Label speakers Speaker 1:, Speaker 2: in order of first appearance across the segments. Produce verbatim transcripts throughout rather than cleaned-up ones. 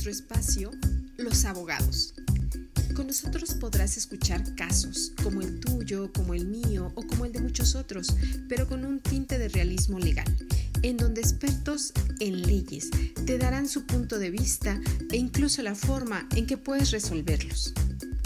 Speaker 1: nuestro espacio Los Abogados. Con nosotros podrás escuchar casos como el tuyo, como el mío o como el de muchos otros, pero con un tinte de realismo legal, en donde expertos en leyes te darán su punto de vista e incluso la forma en que puedes resolverlos.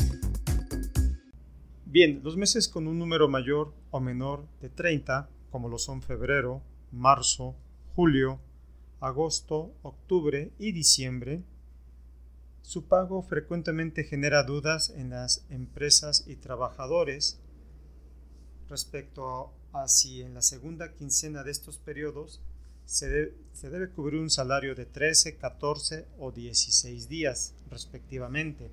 Speaker 2: Bien, los meses con un número mayor o menor de treinta, como lo son febrero, marzo, julio, agosto, octubre y diciembre, su pago frecuentemente genera dudas en las empresas y trabajadores respecto a si en la segunda quincena de estos periodos se debe, se debe cubrir un salario de trece, catorce o dieciséis días, respectivamente.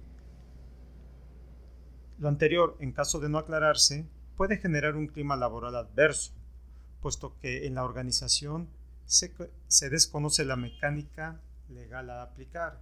Speaker 2: Lo anterior, en caso de no aclararse, puede generar un clima laboral adverso, puesto que en la organización se, se desconoce la mecánica legal a aplicar.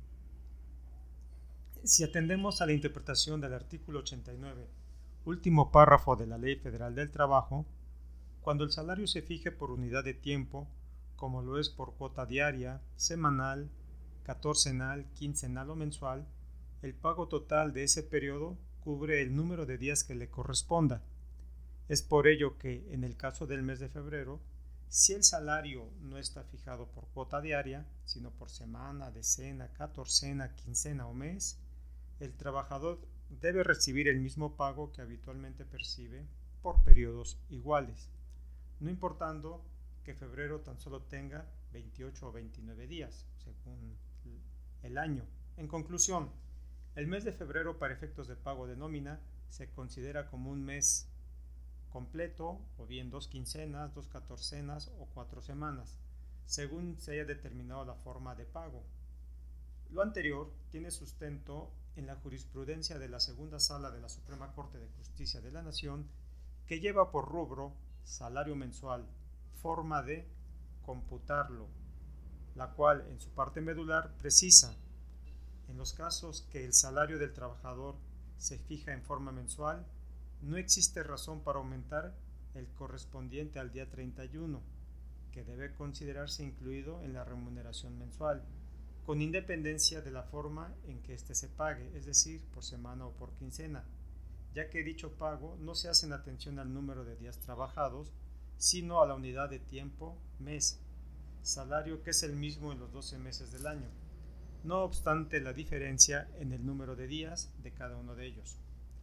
Speaker 2: Si atendemos a la interpretación del artículo ochenta y nueve, último párrafo de la Ley Federal del Trabajo, cuando el salario se fije por unidad de tiempo, como lo es por cuota diaria, semanal, catorcenal, quincenal o mensual, el pago total de ese periodo cubre el número de días que le corresponda. Es por ello que, en el caso del mes de febrero, si el salario no está fijado por cuota diaria, sino por semana, decena, catorcena, quincena o mes, el trabajador debe recibir el mismo pago que habitualmente percibe por periodos iguales, no importando que febrero tan solo tenga veintiocho o veintinueve días, según el año. En conclusión, el mes de febrero para efectos de pago de nómina se considera como un mes completo, o bien dos quincenas, dos catorcenas o cuatro semanas, según se haya determinado la forma de pago. Lo anterior tiene sustento en la jurisprudencia de la Segunda Sala de la Suprema Corte de Justicia de la Nación, que lleva por rubro salario mensual, forma de computarlo, la cual en su parte medular precisa: en los casos que el salario del trabajador se fija en forma mensual, no existe razón para aumentar el correspondiente al día treinta y uno, que debe considerarse incluido en la remuneración mensual, con independencia de la forma en que éste se pague, es decir, por semana o por quincena, ya que dicho pago no se hace en atención al número de días trabajados, sino a la unidad de tiempo mes, salario que es el mismo en los doce meses del año, no obstante la diferencia en el número de días de cada uno de ellos.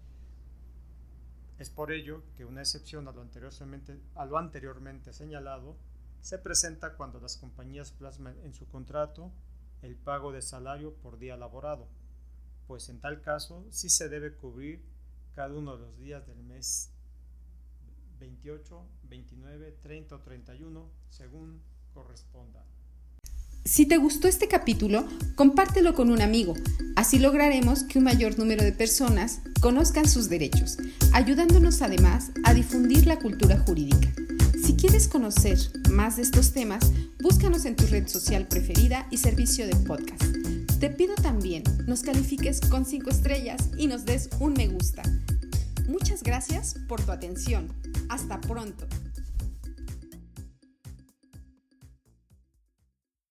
Speaker 2: Es por ello que una excepción a lo anteriormente, a lo anteriormente señalado se presenta cuando las compañías plasman en su contrato el pago de salario por día laborado, pues en tal caso sí se debe cubrir cada uno de los días del mes veintiocho, veintinueve, treinta o treinta y uno, según corresponda.
Speaker 1: Si te gustó este capítulo, compártelo con un amigo. Así lograremos que un mayor número de personas conozcan sus derechos, ayudándonos además a difundir la cultura jurídica. Si quieres conocer más de estos temas, búscanos en tu red social preferida y servicio de podcast. Te pido también nos califiques con cinco estrellas y nos des un me gusta. Muchas gracias por tu atención. Hasta pronto.